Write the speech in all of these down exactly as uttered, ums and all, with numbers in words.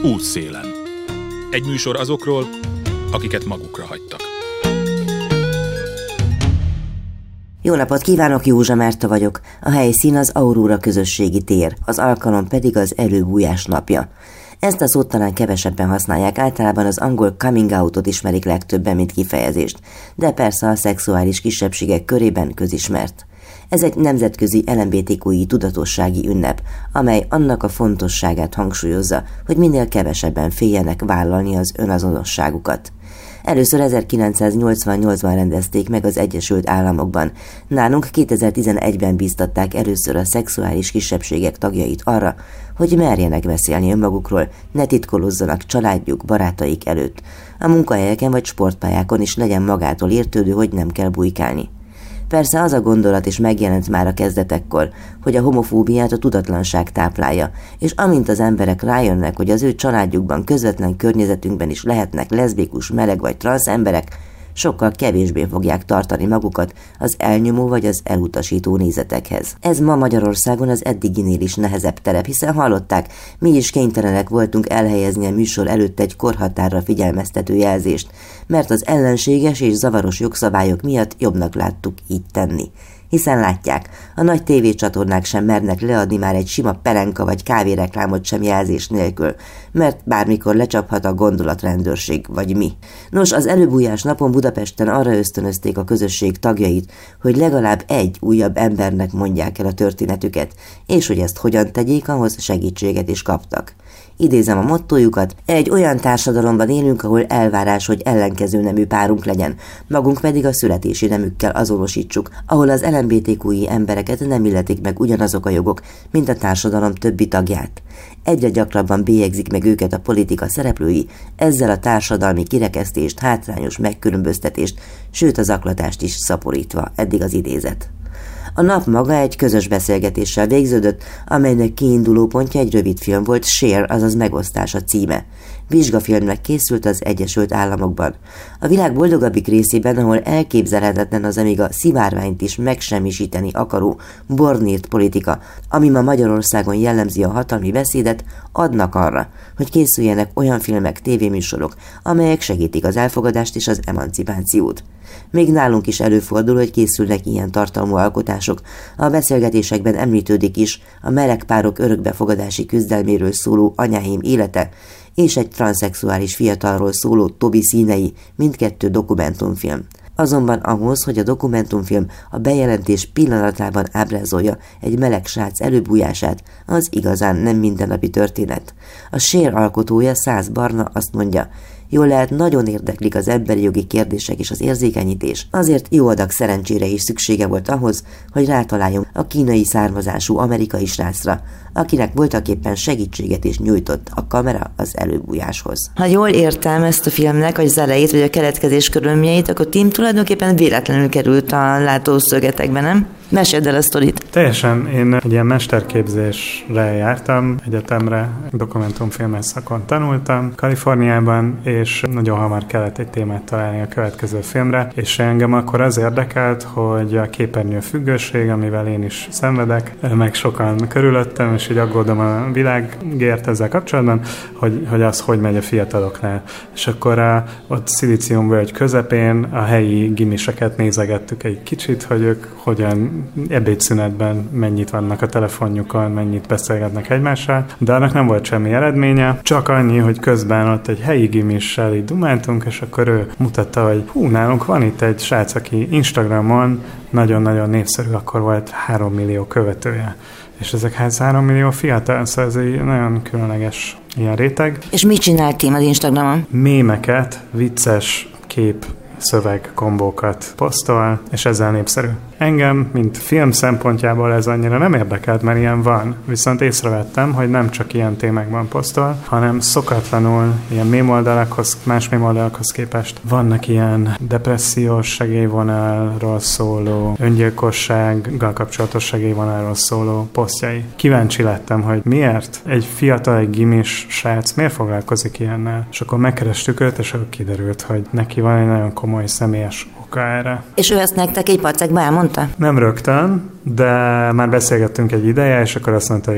Útszélen. Egy műsor azokról, akiket magukra hagytak. Jó napot kívánok, Józsa Márta vagyok. A helyszín az Aurora közösségi tér, az alkalom pedig az előbújás napja. Ezt a szót talán kevesebben használják, általában az angol coming outot ismerik legtöbben, mint kifejezést, de persze a szexuális kisebbségek körében közismert. Ez egy nemzetközi el em bé té kú i tudatossági ünnep, amely annak a fontosságát hangsúlyozza, hogy minél kevesebben féljenek vállalni az önazonosságukat. Először ezerkilencszáznyolcvannyolcban rendezték meg az Egyesült Államokban. Nálunk kétezer-tizenegyben bíztatták először a szexuális kisebbségek tagjait arra, hogy merjenek beszélni önmagukról, ne titkolozzanak családjuk, barátaik előtt. A munkahelyeken vagy sportpályákon is legyen magától értődő, hogy nem kell bujkálni. Persze az a gondolat is megjelent már a kezdetekkor, hogy a homofóbiát a tudatlanság táplálja, és amint az emberek rájönnek, hogy az ő családjukban, közvetlen környezetünkben is lehetnek leszbikus, meleg vagy transz emberek, sokkal kevésbé fogják tartani magukat az elnyomó vagy az elutasító nézetekhez. Ez ma Magyarországon az eddiginél is nehezebb terep, hiszen hallották, mi is kénytelenek voltunk elhelyezni a műsor előtt egy korhatárra figyelmeztető jelzést, mert az ellenséges és zavaros jogszabályok miatt jobbnak láttuk így tenni. Hiszen látják, a nagy tévécsatornák sem mernek leadni már egy sima pelenka vagy kávéreklámot sem jelzés nélkül, mert bármikor lecsaphat a gondolatrendőrség, vagy mi. Nos, az előbújás napon Budapesten arra ösztönözték a közösség tagjait, hogy legalább egy újabb embernek mondják el a történetüket, és hogy ezt hogyan tegyék, ahhoz segítséget is kaptak. Idézem a mottójukat: egy olyan társadalomban élünk, ahol elvárás, hogy ellenkező nemű párunk legyen, magunk pedig a születési nemükkel azonosítsuk, ahol az el em bé té kú i embereket nem illetik meg ugyanazok a jogok, mint a társadalom többi tagját. Egyre gyakrabban bélyegzik meg őket a politika szereplői, ezzel a társadalmi kirekesztést, hátrányos megkülönböztetést, sőt a zaklatást is szaporítva. Eddig az idézet. A nap maga egy közös beszélgetéssel végződött, amelynek kiinduló pontja egy rövid film volt, Share, azaz megosztás a címe. Vizsgafilmnek készült az Egyesült Államokban. A világ boldogabbik részében, ahol elképzelhetetlen az, amíg a szivárványt is megsemmisíteni akaró, bornírt politika, ami ma Magyarországon jellemzi a hatalmi beszédet, adnak arra, hogy készüljenek olyan filmek, tévéműsorok, amelyek segítik az elfogadást és az emancipációt. Még nálunk is előfordul, hogy készülnek ilyen tartalmú alkotások. A beszélgetésekben említődik is a meleg párok örökbefogadási küzdelméről szóló Anyáim élete, és egy transzexuális fiatalról szóló Tobi színei, mindkettő dokumentumfilm. Azonban ahhoz, hogy a dokumentumfilm a bejelentés pillanatában ábrázolja egy meleg srác előbújását, az igazán nem mindennapi történet. A Share alkotója, Szász Barna azt mondja: jól lehet, nagyon érdeklik az emberi jogi kérdések és az érzékenyítés, azért jó adag szerencsére is szüksége volt ahhoz, hogy rátaláljunk a kínai származású amerikai srácra, akinek voltaképpen segítséget is nyújtott a kamera az előbújáshoz. Ha jól értem ezt a filmnek, vagy az elejét, vagy a keletkezés körülményeit, akkor Tim tulajdonképpen véletlenül került a látószögetekbe, nem? Meséld el a sztorit. Teljesen, én egy ilyen mesterképzésre jártam, egyetemre, dokumentumfilmes szakon tanultam Kaliforniában, és nagyon hamar kellett egy témát találni a következő filmre, és engem akkor az érdekelt, hogy a képernyő függőség, amivel én is szenvedek, meg sokan körülöttem, és így aggódom a világért ezzel kapcsolatban, hogy, hogy az hogy megy a fiataloknál. És akkor a, ott Szilíciumvölgy közepén a helyi gimiseket nézegettük egy kicsit, hogy ők hogyan ebédszünetben mennyit vannak a telefonjukon, mennyit beszélgetnek egymással, de annak nem volt semmi eredménye, csak annyi, hogy közben ott egy helyi gimissel így dumáltunk, és akkor ő mutatta, hogy hú, nálunk van itt egy srác, aki Instagramon nagyon-nagyon népszerű, akkor volt három millió követője. És ezek hát három millió fiatal, szóval ez egy nagyon különleges ilyen réteg. És mit csinált Tim az Instagramon? Mémeket, vicces kép, szöveg kombókat posztol, és ezzel népszerű. Engem, mint film szempontjából ez annyira nem érdekelt, mert ilyen van. Viszont észrevettem, hogy nem csak ilyen témákban posztol, hanem szokatlanul ilyen mémoldalakhoz, más mémoldalakhoz képest vannak ilyen depressziós segélyvonalról szóló, öngyilkossággal kapcsolatos segélyvonalról szóló posztjai. Kíváncsi lettem, hogy miért egy fiatal, egy gimis srác miért foglalkozik ilyennel. És akkor megkerestük őt, és akkor kiderült, hogy neki van egy nagyon komoly személyes oka erre. És ő ezt nektek egy pacekba elmondta? Nem rögtön, de már beszélgettünk egy ideje, és akkor azt mondta, hogy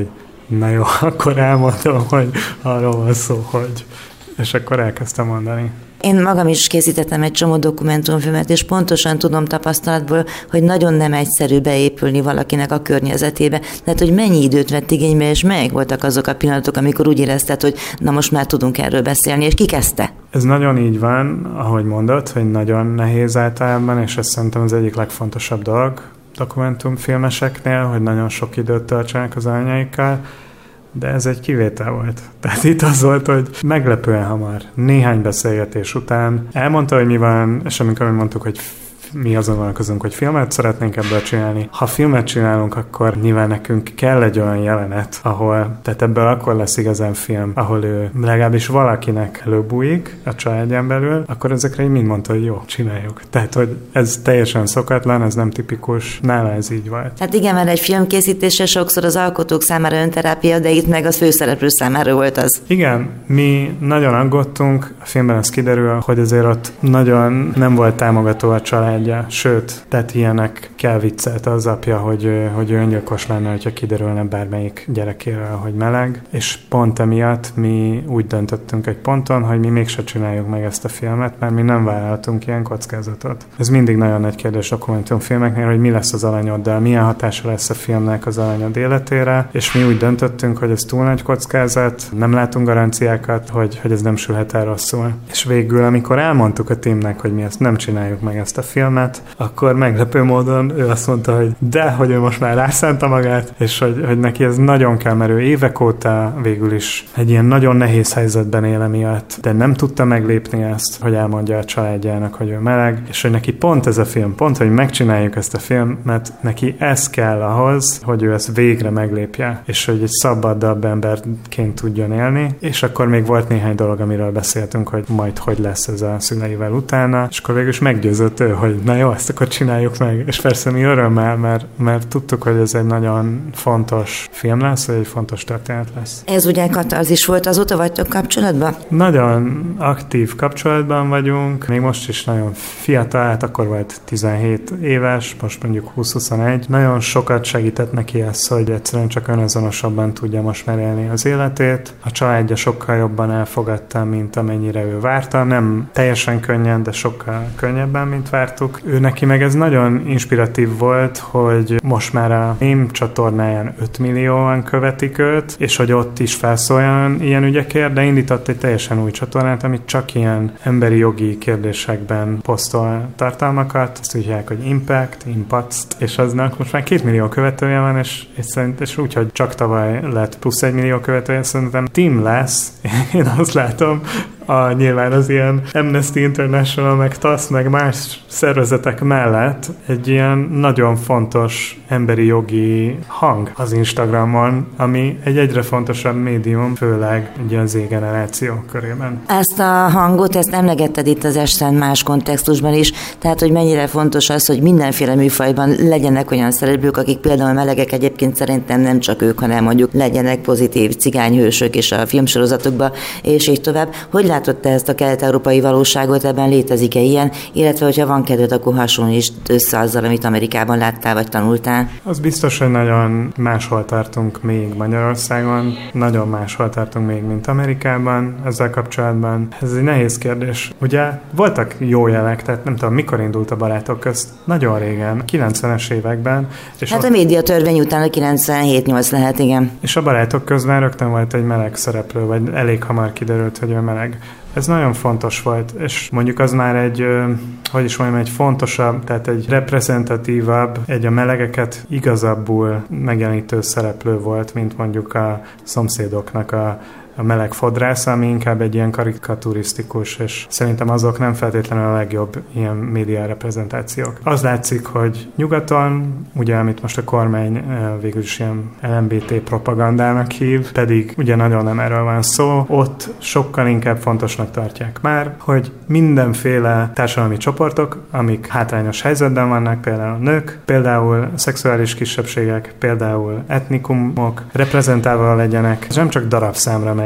na jó, akkor elmondom, hogy arról van szó, hogy... És akkor elkezdtem mondani. Én magam is készítettem egy csomó dokumentumfilmet, és pontosan tudom tapasztalatból, hogy nagyon nem egyszerű beépülni valakinek a környezetébe. Tehát, hogy mennyi időt vett igénybe, és melyek voltak azok a pillanatok, amikor úgy érezted, hogy na most már tudunk erről beszélni, és ki kezdte? Ez nagyon így van, ahogy mondod, hogy nagyon nehéz általában, és ez szerintem az egyik legfontosabb dolog dokumentumfilmeseknél, hogy nagyon sok időt töltsenek az anyaikkal, de ez egy kivétel volt. Tehát itt az volt, hogy meglepően hamar, néhány beszélgetés után elmondta, hogy mi van, és amikor mi mondtuk, hogy mi azon gondolkozunk, hogy filmet szeretnénk ebből csinálni. Ha filmet csinálunk, akkor nyilván nekünk kell egy olyan jelenet, ahol, tehát ebből akkor lesz igazán film, ahol ő legalábbis valakinek előbújik a családján belül, akkor ezekre így mind mondta, hogy jó, csináljuk. Tehát, hogy ez teljesen szokatlan, ez nem tipikus, nála ez így volt. Hát igen, mert egy film készítése sokszor az alkotók számára önterápia, de itt meg az főszereplő számára volt az. Igen, mi nagyon aggódtunk, a filmben ez kiderül, hogy azért ott nagyon nem volt támogató a család. Sőt, tehát ilyenek kell viccelte az apja, hogy, hogy öngyilkos lenne, hogyha kiderülne bármelyik gyerekéről, hogy meleg, és pont emiatt mi úgy döntöttünk egy ponton, hogy mi mégse csináljuk meg ezt a filmet, mert mi nem vállaltunk ilyen kockázatot. Ez mindig nagyon nagy kérdés dokumentumfilmeknél, hogy mi lesz az alanyoddal, milyen hatása lesz a filmnek az alanyod életére, és mi úgy döntöttünk, hogy ez túl nagy kockázat, nem látunk garanciákat, hogy, hogy ez nem sülhet el rosszul. És végül, amikor elmondtuk a teamnek, hogy mi ezt nem csináljuk meg ezt a filmet, akkor meglepő módon ő azt mondta, hogy de, hogy ő most már rászánta magát, és hogy, hogy neki ez nagyon kell, mert ő évek óta végül is egy ilyen nagyon nehéz helyzetben él emiatt, de nem tudta meglépni ezt, hogy elmondja a családjának, hogy ő meleg, és hogy neki pont ez a film, pont, hogy megcsináljuk ezt a filmet, neki ez kell ahhoz, hogy ő ezt végre meglépje, és hogy egy szabadabb emberként tudjon élni, és akkor még volt néhány dolog, amiről beszéltünk, hogy majd hogy lesz ez a szüleivel utána, és akkor végül is meggyőzött ő, hogy na jó, ezt akkor csináljuk meg. És persze mi örömmel, mert, mert tudtuk, hogy ez egy nagyon fontos film lesz, vagy egy fontos történet lesz. Ez ugye katarzis volt, azóta vagytok kapcsolatban? Nagyon aktív kapcsolatban vagyunk, még most is nagyon fiatal, hát akkor volt tizenhét éves, most mondjuk húsz-huszonegy. Nagyon sokat segített neki ez, hogy egyszerűen csak önazonosabban tudja most már élni az életét. A családja sokkal jobban elfogadta, mint amennyire ő várta. Nem teljesen könnyen, de sokkal könnyebben, mint vártuk. Ő neki meg ez nagyon inspiratív volt, hogy most már a mém csatornáján öt millióan követik őt, és hogy ott is felszóljon ilyen ügyekért, de indított egy teljesen új csatornát, amit csak ilyen emberi jogi kérdésekben posztol tartalmakat. Azt hívják, hogy Impact, Impacts, és aznak most már két millió követője van, és, és szerint, és úgy, hogy csak tavaly lett plusz egy millió követője, szerintem team lesz. Én azt látom, a, nyilván az ilyen Amnesty International, meg té á es, meg más szervezetek mellett egy ilyen nagyon fontos emberi jogi hang az Instagramon, ami egy egyre fontosabb médium, főleg ugye az Z-generáció körében. Ezt a hangot, ezt emlegetted itt az esten más kontextusban is, tehát hogy mennyire fontos az, hogy mindenféle műfajban legyenek olyan szereplők, akik például melegek, egyébként szerintem nem csak ők, hanem mondjuk legyenek pozitív cigányhősök is a filmsorozatokban, és így tovább. Hogy látod te ezt a kelet-európai valóságot, ebben létezik-e ilyen, illetve hogyha van kedved, akkor hasonlítsd össze azzal, amit Amerikában láttál vagy tanultál? Az biztos, hogy nagyon máshol tartunk még Magyarországon, nagyon máshol tartunk még, mint Amerikában ezzel kapcsolatban. Ez egy nehéz kérdés. Ugye voltak jó jelek, tehát nem tudom, mikor indult a Barátok közt? Nagyon régen, kilencvenes években. És hát ott... a médiatörvény után a kilencvenhét nyolc lehet, igen. És a Barátok közben rögtön volt egy meleg szereplő, vagy elég hamar kiderült, hogy ő meleg. Ez nagyon fontos volt, és mondjuk az már egy, hogy is mondjam, egy fontosabb, tehát egy reprezentatívabb, egy a melegeket igazabbul megjelenítő szereplő volt, mint mondjuk a Szomszédoknak a a meleg fodrász, ami inkább egy ilyen karikaturisztikus, és szerintem azok nem feltétlenül a legjobb ilyen média reprezentációk. Az látszik, hogy nyugaton, ugye, amit most a kormány végül is ilyen el em bé té propagandának hív, pedig ugye nagyon nem erről van szó, ott sokkal inkább fontosnak tartják már, hogy mindenféle társadalmi csoportok, amik hátrányos helyzetben vannak, például nők, például szexuális kisebbségek, például etnikumok reprezentálva legyenek, és nem csak darabszámra megy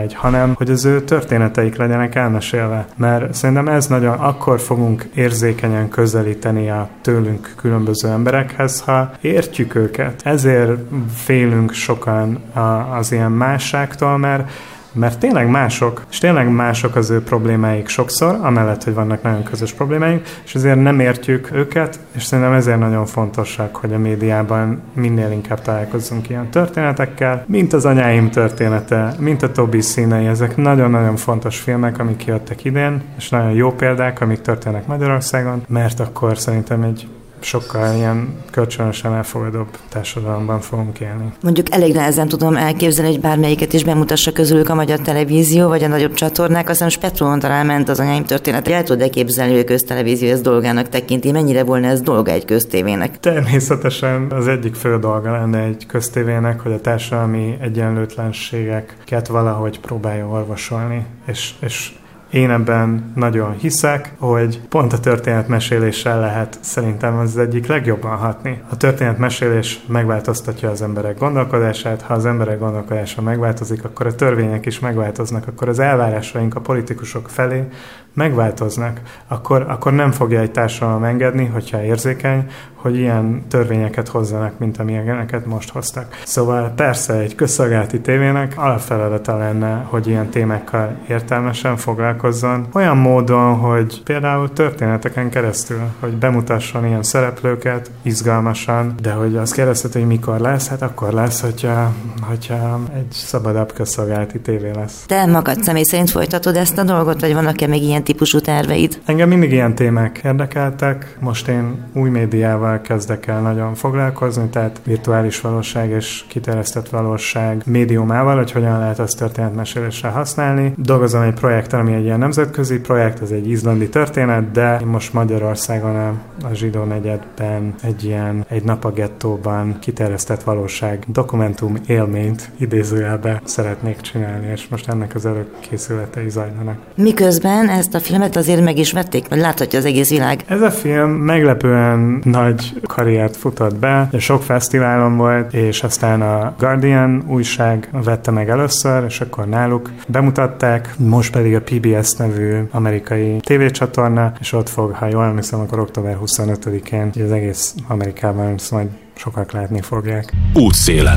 megy, hanem hogy az ő történeteik legyenek elmesélve. Mert szerintem ez nagyon akkor fogunk érzékenyen közelíteni a tőlünk különböző emberekhez, ha értjük őket. Ezért félünk sokan az ilyen másságtól, mert Mert tényleg mások, és tényleg mások az ő problémáik sokszor, amellett, hogy vannak nagyon közös problémáink, és ezért nem értjük őket, és szerintem ezért nagyon fontosak, hogy a médiában minél inkább találkozzunk ilyen történetekkel, mint az anyáim története, mint a Tobi színei, ezek nagyon-nagyon fontos filmek, amik kijöttek idén, és nagyon jó példák, amik történnek Magyarországon, mert akkor szerintem egy sokkal ilyen kölcsönösen elfogadóbb társadalomban fogunk élni. Mondjuk elég nehezen tudom elképzelni, hogy bármelyiket is bemutassa közülük a magyar televízió, vagy a nagyobb csatornák, aztán Spektrum talán ment az anyáim története. El tudod képzelni, hogy a köztelevízió ezt dolgának tekinti? Mennyire volna ez dolga egy köztévének? Természetesen az egyik fő dolga lenne egy köztévének, hogy a társadalmi egyenlőtlenségeket valahogy próbálja orvosolni, és, és én ebben nagyon hiszek, hogy pont a történetmeséléssel lehet szerintem az egyik legjobban hatni. A történetmesélés megváltoztatja az emberek gondolkodását, ha az emberek gondolkodása megváltozik, akkor a törvények is megváltoznak, akkor az elvárásaink a politikusok felé megváltoznak, akkor, akkor nem fogja egy társadalom engedni, hogyha érzékeny, hogy ilyen törvényeket hozzanak, mint amilyeneket most hoztak. Szóval persze egy közszolgálati tévének alapfeladata lenne, hogy ilyen témákkal értelmesen foglalkozzon, olyan módon, hogy például történeteken keresztül, hogy bemutasson ilyen szereplőket izgalmasan, de hogy az kérdezhet, hogy mikor lesz, hát akkor lesz, hogyha, hogyha egy szabadabb közszolgálati tévé lesz. Te magad személy szerint folytatod ezt a dolgot, vagy vannak-e még ilyen típusú terveid? Engem mindig ilyen témák érdekeltek, most én új médiával kezdek el nagyon foglalkozni, tehát virtuális valóság és kiterjesztett valóság médiumával, hogy hogyan lehet azt történetmesélésre használni. Dolgozom egy projekten, ami egy ilyen nemzetközi projekt, ez egy izlandi történet, de most Magyarországon a, a zsidó negyedben egy ilyen egy nap a gettóban kiterjesztett valóság dokumentum élményt idézőjelbe szeretnék csinálni, és most ennek az előkészületei zajlanak. Miközben ezt a filmet azért meg is vették, vagy láthatja az egész világ? Ez a film meglepően nagy karriert futott be, sok fesztiválon volt, és aztán a Guardian újság vette meg először, és akkor náluk bemutatták, most pedig a pé bé es nevű amerikai tévécsatorna, és ott fog, ha jól emlékszem, akkor október huszonötödikén, az egész Amerikában ezt majd sokak látni fogják. Útszélen.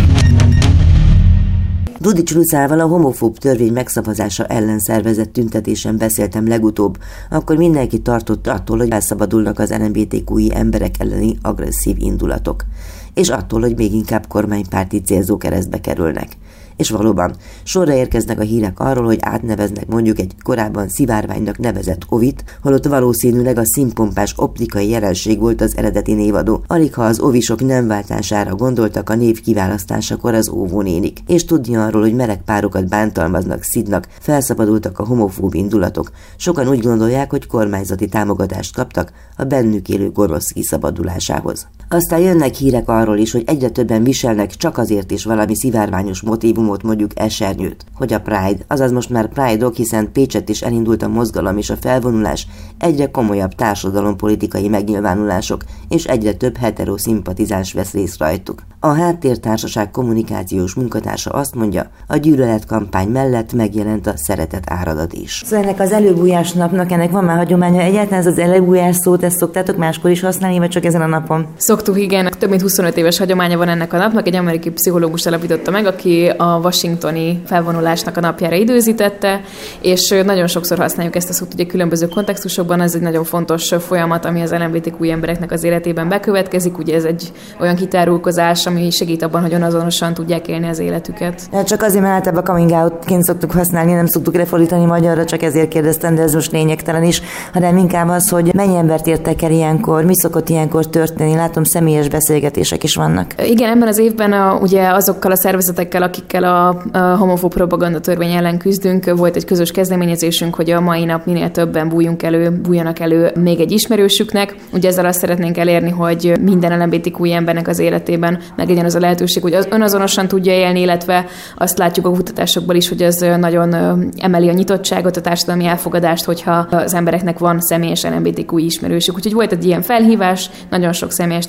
Dudics Lucával a homofób törvény megszavazása ellen szervezett tüntetésen beszéltem legutóbb, akkor mindenki tartott attól, hogy elszabadulnak az el em bé té kú i emberek elleni agresszív indulatok, és attól, hogy még inkább kormánypárti célzó keresztbe kerülnek. És valóban, sorra érkeznek a hírek arról, hogy átneveznek mondjuk egy korábban szivárványnak nevezett ovit, holott valószínűleg a színpompás optikai jelenség volt az eredeti névadó. Alig ha az ovisok nem váltására gondoltak a név kiválasztásakor az óvónénik. És tudni arról, hogy meleg párokat bántalmaznak, szidnak, felszabadultak a homofób indulatok. Sokan úgy gondolják, hogy kormányzati támogatást kaptak a bennük élő gonosz kiszabadulásához. Aztán jönnek hírek arról is, hogy egyre többen viselnek csak azért is valami szivárványos motívumot, mondjuk esernyőt, hogy a Pride, azaz most már Pride-ok, hiszen Pécsett is elindult a mozgalom és a felvonulás, egyre komolyabb társadalompolitikai megnyilvánulások, és egyre több heteroszimpatizáns vesz részt rajtuk. A Háttértársaság kommunikációs munkatársa azt mondja, a gyűlöletkampány mellett megjelent a szeretet áradat is. Szóval ennek az előbújás napnak, ennek van már hagyománya, egyáltalán ez az előbújás szót, ezt szoktátok máskor is használni, vagy csak ezen a napon? Szoktuk, igen, több mint huszonöt éves hagyománya van ennek a napnak, egy amerikai pszichológus alapította meg, aki a washingtoni felvonulásnak a napjára időzítette, és nagyon sokszor használjuk ezt a szót ugye különböző kontextusokban, ez egy nagyon fontos folyamat, ami az el em bé té kú embereknek az életében bekövetkezik, ugye ez egy olyan kitárulkozás, ami segít abban, hogy önazonosan tudják élni az életüket. De csak azért, mert általában coming out-ként szoktuk használni, nem szoktuk lefordítani magyarra, csak ezért kérdeztem, de ez most lényegtelen is, hanem inkább az, hogy mennyi embert értek el ilyenkor, mi szokott ilyenkor történni, látom személyes beszélgetések is vannak. Igen, ebben az évben a, ugye azokkal a szervezetekkel, akikkel a, a homofób propaganda törvény ellen küzdünk, volt egy közös kezdeményezésünk, hogy a mai nap minél többen bújjunk elő, bújjanak elő még egy ismerősüknek. Ugye ezzel azt szeretnénk elérni, hogy minden el em bé té kú embernek az életében meglegyen az a lehetőség, hogy az önazonosan tudja élni, illetve azt látjuk a kutatásokból is, hogy ez nagyon emeli a nyitottságot, a társadalmi elfogadást, hogyha az embereknek van személyes el em bé té kú ismerősük. Úgyhogy volt egy ilyen felhívás, nagyon sok személyes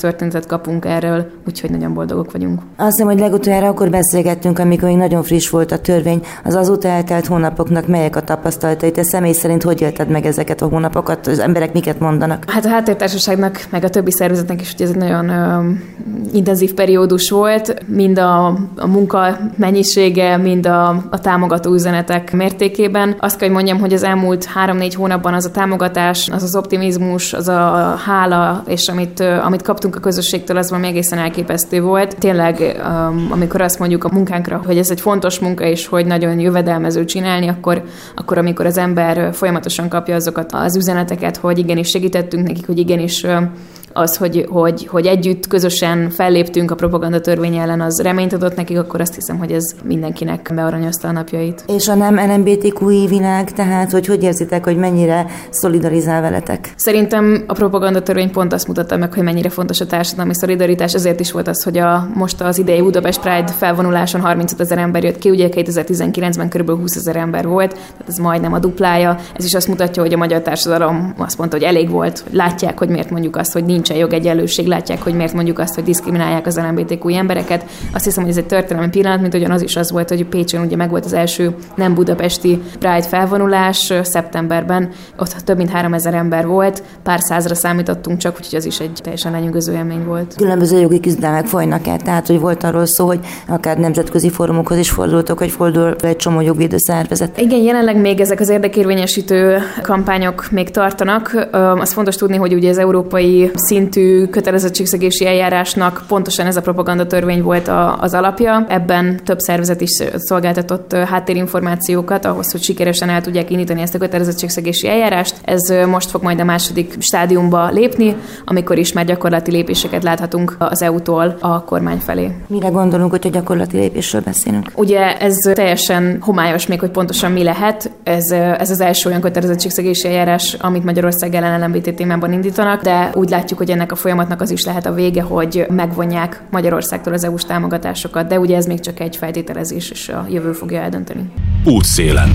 történetet kapunk erről, úgyhogy nagyon boldogok vagyunk. Azt hiszem, hogy legutoljára akkor beszélgettünk, amikor még nagyon friss volt a törvény, az azóta eltelt hónapoknak melyek a tapasztalatai? Te személy szerint hogy élted meg ezeket a hónapokat? Az emberek miket mondanak? Hát a Háttértársaságnak, meg a többi szervezetnek is, hogy ez egy nagyon ö, intenzív periódus volt, mind a, a munka mennyisége, mind a, a támogató üzenetek mértékében. Azt kell, hogy mondjam, hogy az elmúlt három-négy hónapban az a támogatás, az az optimizmus, az a hála, és amit, amit kaptunk a közösségtől, az valami egészen elképesztő volt. Tényleg, amikor azt mondjuk a munkánkra, hogy ez egy fontos munka, és hogy nagyon jövedelmező csinálni, akkor, akkor amikor az ember folyamatosan kapja azokat az üzeneteket, hogy igenis segítettünk nekik, hogy igenis az, hogy, hogy, hogy együtt, közösen felléptünk a propagandatörvény ellen, az reményt adott nekik, akkor azt hiszem, hogy ez mindenkinek bearanyozta a napjait. És a nem el em bé té kú-i világ, tehát hogy hogy érzitek, hogy mennyire szolidarizál veletek? Szerintem a propagandatörvény pont azt mutatta meg, hogy mennyire fontos a társadalmi szolidaritás, ezért is volt az, hogy a, most az idei Budapest Pride felvonuláson harmincöt ezer ember jött ki, ugye kétezer-tizenkilencben körülbelül húszezer ember volt, tehát ez majdnem a duplája. Ez is azt mutatja, hogy a magyar társadalom azt mondta, hogy elég volt, hogy látják, hogy miért mondjuk azt, hogy nincs jogegyenlőség, látják, hogy miért mondjuk azt, hogy diszkriminálják az el em bé té kú embereket. Azt hiszem, hogy ez egy történelmi pillanat, mint ugyan az is az volt, hogy Pécsen ugye meg volt az első nem budapesti Pride felvonulás szeptemberben, ott több mint háromezer ember volt, pár százra számítottunk csak, úgyhogy az is egy teljesen lenyűgöző élmény volt. Különböző jogi küzdelmek folynak el, tehát hogy volt arról szó, hogy akár nemzetközi fórumokhoz is fordultok, hogy fordul egy csomó jogvédő szervezet. Igen, jelenleg még ezek az érdekérvényesítő kampányok még tartanak. Az fontos tudni, hogy ugye az európai szintű kötelezettségszegési eljárásnak pontosan ez a propagandatörvény volt a, az alapja. Ebben több szervezet is szolgáltatott háttérinformációkat ahhoz, hogy sikeresen el tudják indítani ezt a kötelezettségszegési eljárást. Ez most fog majd a második stádiumba lépni, amikor is már gyakorlati lépéseket láthatunk az é u-tól a kormány felé. Mire gondolunk, hogyha gyakorlati lépésről beszélünk? Ugye ez teljesen homályos még, hogy pontosan mi lehet. Ez, ez az első olyan kötelezettségszegési eljárás, amit Magyarország ellen el em bé té témában indítanak, de úgy látjuk, hogy ennek a folyamatnak az is lehet a vége, hogy megvonják Magyarországtól az é u-s támogatásokat, de ugye ez még csak egy feltételezés, és a jövő fogja eldönteni. Útszélen.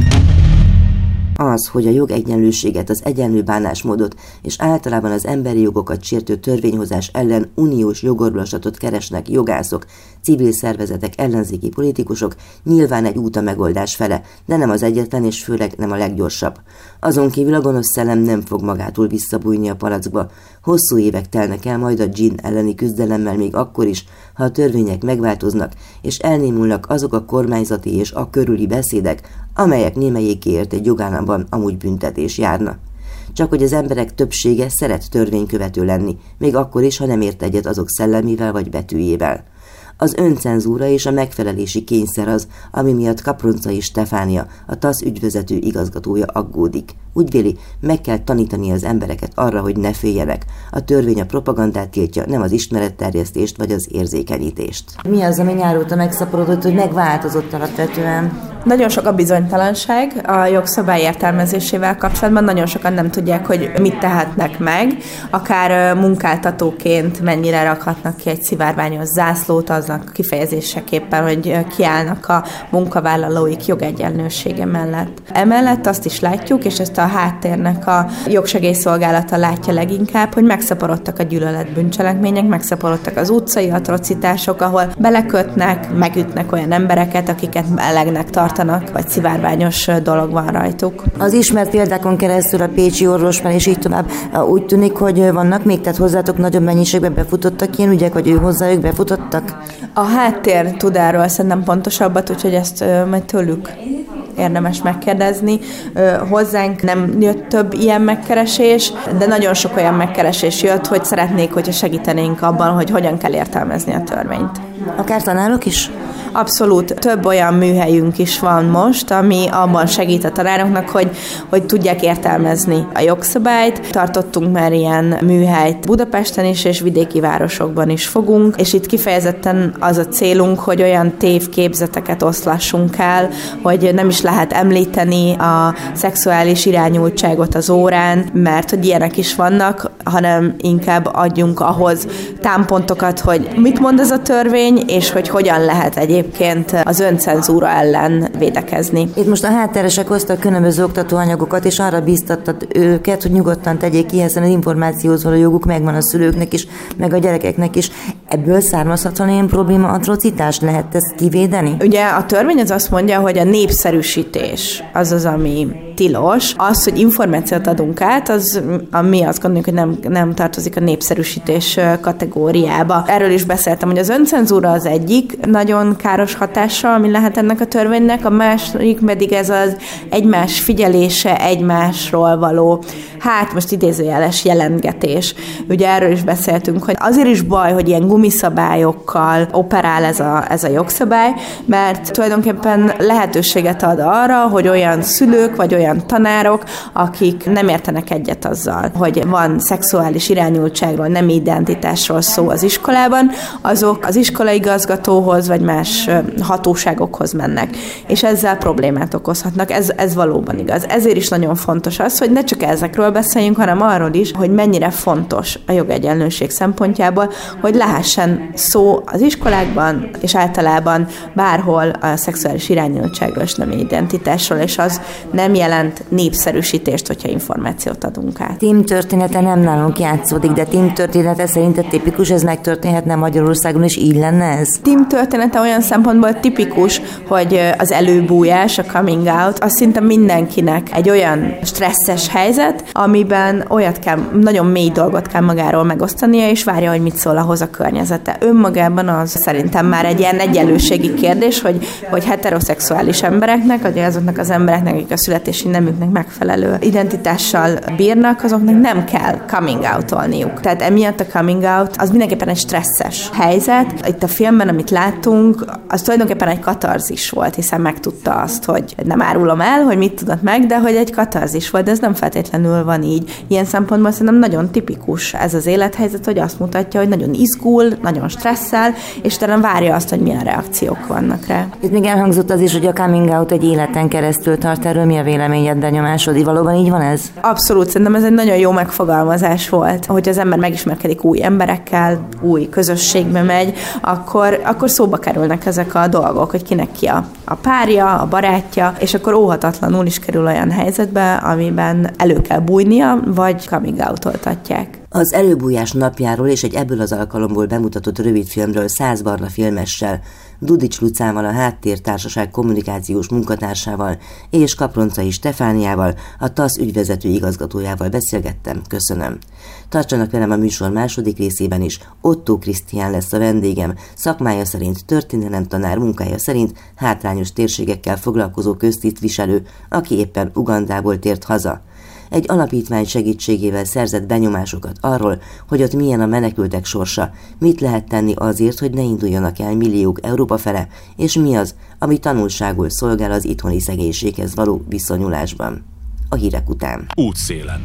Az, hogy a jogegyenlőséget, az egyenlő bánásmódot és általában az emberi jogokat sértő törvényhozás ellen uniós jogorvoslatot keresnek jogászok, civil szervezetek, ellenzéki politikusok, nyilván egy út a megoldás fele, de nem az egyetlen és főleg nem a leggyorsabb. Azon kívül a gonosz szellem nem fog magától visszabújni a palackba. Hosszú évek telnek el majd a dzsin elleni küzdelemmel még akkor is, ha a törvények megváltoznak, és elnémulnak azok a kormányzati és a körüli beszédek, amelyek némelyékéért egy jogállamban amúgy büntetés járna. Csak hogy az emberek többsége szeret törvénykövető lenni, még akkor is, ha nem ért egyet azok szellemével vagy betűjével. Az öncenzúra és a megfelelési kényszer az, ami miatt Kaproncai Stefánia, a TASZ ügyvezető igazgatója aggódik. Úgy véli, meg kell tanítani az embereket arra, hogy ne féljenek. A törvény a propagandát tiltja, nem az ismeretterjesztést vagy az érzékenyítést. Mi az, ami nyár óta megszaporodott, hogy megváltozott alapvetően? Nagyon sok a bizonytalanság a jogszabály értelmezésével kapcsolatban, nagyon sokan nem tudják, hogy mit tehetnek meg, akár munkáltatóként mennyire rakhatnak ki egy szivárványos zászlót, aznak kifejezéseképpen, hogy kiállnak a munkavállalóik jogegyenlősége mellett. Emellett azt is látjuk, és ezt a háttérnek a jogsegélyszolgálata látja leginkább, hogy megszaporodtak a gyűlöletbűncselekmények, megszaporodtak az utcai atrocitások, ahol belekötnek, megütnek olyan embereket, akiket melegnek tartanak, vagy szivárványos dolog van rajtuk. Az ismert példákon keresztül a pécsi orvosnál és így tovább úgy tűnik, hogy vannak még, tehát hozzátok nagyobb mennyiségben befutottak ilyen ügyek, vagy ő hozzájuk befutottak? A háttér tud erről szerintem pontosabbat, úgyhogy ezt majd tőlük érdemes megkérdezni. Hozzánk nem jött több ilyen megkeresés, de nagyon sok olyan megkeresés jött, hogy szeretnék, hogyha segítenénk abban, hogy hogyan kell értelmezni a törvényt. Akár tanárok is? Abszolút. Több olyan műhelyünk is van most, ami abban segít a tanároknak, hogy, hogy tudják értelmezni a jogszabályt. Tartottunk már ilyen műhelyt Budapesten is, és vidéki városokban is fogunk, és itt kifejezetten az a célunk, hogy olyan tévképzeteket oszlassunk el, hogy nem is lehet említeni a szexuális irányultságot az órán, mert hogy ilyenek is vannak, hanem inkább adjunk ahhoz támpontokat, hogy mit mond ez a törvény, és hogy hogyan lehet egyébként egyébként az öncenzúra ellen védekezni. Itt most a hátteresek hoztak különböző oktatóanyagokat, és arra bíztattad őket, hogy nyugodtan tegyék ki, hiszen az információhoz való joguk megvan a szülőknek is, meg a gyerekeknek is. Ebből származhat valami probléma, atrocitás? Lehet ezt kivédeni? Ugye a törvény az azt mondja, hogy a népszerűsítés az az, ami tilos. Az, hogy információt adunk át, az mi azt gondoljuk, hogy nem, nem tartozik a népszerűsítés kategóriába. Erről is beszéltem, hogy az öncenzúra az egyik nagyon káros hatása, ami lehet ennek a törvénynek, a másik pedig ez az egymás figyelése, egymásról való, hát most idézőjeles jelentgetés. Ugye erről is beszéltünk, hogy azért is baj, hogy ilyen gumiszabályokkal operál ez a, ez a jogszabály, mert tulajdonképpen lehetőséget ad arra, hogy olyan szülők, vagy olyan tanárok, akik nem értenek egyet azzal, hogy van szexuális irányultságról, nem identitásról szó az iskolában, azok az iskolaigazgatóhoz, vagy más hatóságokhoz mennek. És ezzel problémát okozhatnak. Ez, ez valóban igaz. Ezért is nagyon fontos az, hogy ne csak ezekről beszéljünk, hanem arról is, hogy mennyire fontos a jogegyenlőség szempontjából, hogy lehessen szó az iskolákban, és általában bárhol a szexuális irányultságról és nem identitásról, és az nem jelent népszerűsítést, hogyha információt adunk át. Tím története nem nálunk játszódik, de Tím története szerinted tipikus, ez megtörténhetne Magyarországon, és így lenne ez? Tím története olyan szempontból tipikus, hogy az előbújás, a coming out, az szinte mindenkinek egy olyan stresszes helyzet, amiben olyat kell, nagyon mély dolgot kell magáról megosztania, és várja, hogy mit szól ahhoz a környezete. Önmagában az szerintem már egy ilyen egyenlőségi kérdés, hogy, hogy heteroszexuális embereknek, vagy azoknak az embereknek, akik a születési nemüknek megfelelő identitással bírnak, azoknak nem kell coming out-olniuk. Tehát emiatt a coming out az mindenképpen egy stresszes helyzet. Itt a filmben, amit láttunk, az tulajdonképpen egy katarzis volt, hiszen megtudta azt, hogy nem árulom el, hogy mit tudott meg, de hogy egy katarzis volt, de ez nem feltétlenül van így. Ilyen szempontból szerintem nagyon tipikus ez az élethelyzet, hogy azt mutatja, hogy nagyon izgul, nagyon stresszel, és talán várja azt, hogy milyen reakciók vannak rá. Itt még elhangzott az is, hogy a coming out egy életen keresztül tart. Erről mi a véleményed, benyomásod? Valóban így van ez? Abszolút, szerintem ez egy nagyon jó megfogalmazás volt. Hogy az ember megismerkedik új emberekkel, új közösségbe megy, akkor, akkor szóba kerülnek ezek a dolgok, hogy kinek ki a, a párja, a barátja, és akkor óhatatlanul is kerül olyan helyzetbe, amiben elő kell bújnia, vagy coming out-oltatják. Az előbújás napjáról és egy ebből az alkalomból bemutatott rövidfilmről Szász Barna filmessel, Dudics Lucával, a Háttértársaság kommunikációs munkatársával és Kaproncai Stefániával, a TASZ ügyvezető igazgatójával beszélgettem. Köszönöm. Tartsanak velem a műsor második részében is. Ottó Krisztián lesz a vendégem, szakmája szerint történelemtanár, munkája szerint hátrányos térségekkel foglalkozó köztisztviselő, aki éppen Ugandából tért haza. Egy alapítvány segítségével szerzett benyomásokat arról, hogy ott milyen a menekültek sorsa, mit lehet tenni azért, hogy ne induljanak el milliók Európa fele, és mi az, ami tanulságul szolgál az itthoni szegénységhez való viszonyulásban. A hírek után. Útszélen.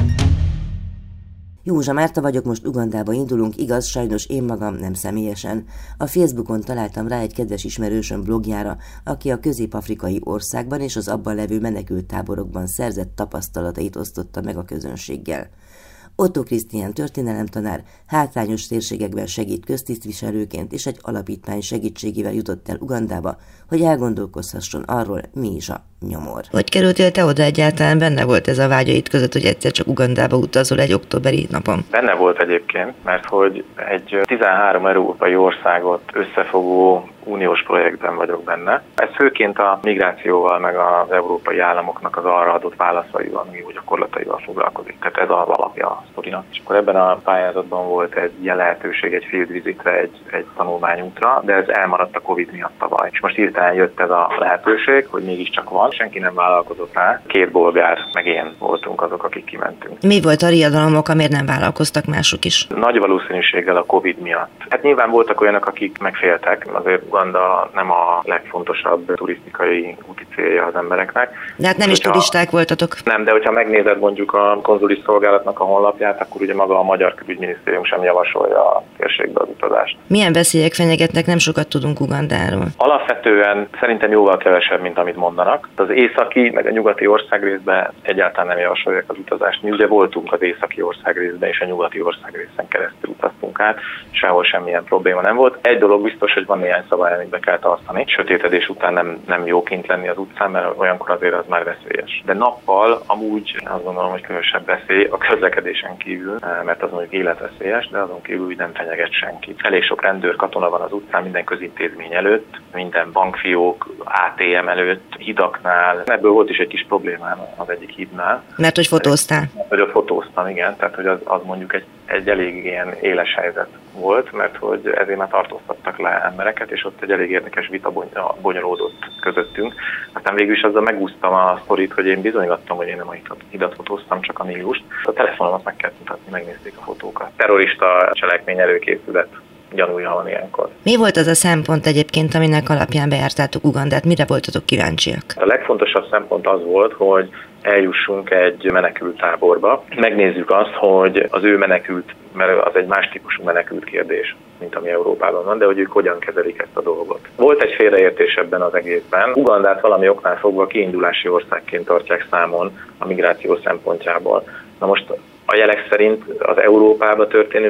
Józsa Márta vagyok, most Ugandába indulunk, igaz, sajnos én magam nem személyesen. A Facebookon találtam rá egy kedves ismerősöm blogjára, aki a közép-afrikai országban és az abban levő menekülttáborokban szerzett tapasztalatait osztotta meg a közönséggel. Ottó Krisztián történelemtanár hátrányos térségekben segít köztisztviselőként, és egy alapítvány segítségével jutott el Ugandába, hogy elgondolkozhasson arról, mi is a nyomor. Hogy kerültél te oda egyáltalán? Benne volt ez a vágyaid között, hogy egyszer csak Ugandába utazol egy októberi napon? Benne volt egyébként, mert hogy egy tizenhárom európai országot összefogó uniós projektben vagyok benne. Ez főként a migrációval, meg az európai államoknak az arra adott válaszaival, meg gyakorlataival foglalkozik. Tehát ez az alapja a sztorinak. És akkor ebben a pályázatban volt egy ilyen lehetőség, egy field visitre, egy, egy tanulmányútra, de ez elmaradt a Covid miatt tavaly. És most hirtelen jött ez a lehetőség, hogy mégiscsak van, senki nem vállalkozott rá. Két bolgár, meg én voltunk azok, akik kimentünk. Mi volt a riadalomok, amiért nem vállalkoztak mások is? Nagy valószínűséggel a Covid miatt. Hát nyilván voltak olyanok, akik megféltek, azért Uganda nem a legfontosabb turisztikai úti célja az embereknek. De hát nem is turisták voltatok. Nem, de hogyha megnézed mondjuk a konzuli szolgálatnak a honlapját, akkor ugye maga a Magyar Külügyminisztérium sem javasolja a térségbe az utazást. Milyen veszélyek fenyegetnek, nem sokat tudunk Ugandáról? Alapvetően szerintem jóval kevesebb, mint amit mondanak. Az északi, meg a nyugati országrészben egyáltalán nem javasolják az utazást. Mi ugye voltunk az északi országrészben és a nyugati országrészen keresztül utaztunk. munkát, sehol semmilyen probléma nem volt. Egy dolog biztos, hogy van néhány szabály, amit be kell tartani. Sötétedés után nem, nem jó kint lenni az utcán, mert olyankor azért az már veszélyes. De nappal amúgy azt gondolom, hogy különösebb veszély a közlekedésen kívül, mert az mondjuk életveszélyes, de azon kívül nem fenyeget senki. Elég sok rendőr, katona van az utcán, minden közintézmény előtt, minden bankfiók, á té em előtt, hidaknál. Ebből volt is egy kis problémám az egyik hídnál. Mert hogy fotóztál? Mert hogy ott fotóztam, igen. Tehát, hogy az, az mondjuk egy, egy elég ilyen éles helyzet volt, mert hogy ezért már tartóztattak le embereket, és ott egy elég érdekes vita bonyolódott közöttünk. Aztán végül is azzal megúsztam a sztorit, hogy én bizonygattam, hogy én nem a hidat fotóztam, csak a Nílust. A telefonomat meg kellett mutatni, megnézték a fotókat. Terrorista cselekmény előkészület gyanúja van ilyenkor. Mi volt az a szempont egyébként, aminek alapján bejártátok Ugandát? Mire voltatok kíváncsiak? A legfontosabb szempont az volt, hogy eljussunk egy menekülttáborba. Megnézzük azt, hogy az ő menekült, mert az egy más típusú menekült kérdés, mint ami Európában van, de hogy ők hogyan kezelik ezt a dolgot. Volt egy félreértés ebben az egészben. Ugandát valami oknál fogva kiindulási országként tartják számon a migráció szempontjából. Na most a jelek szerint az Európába történő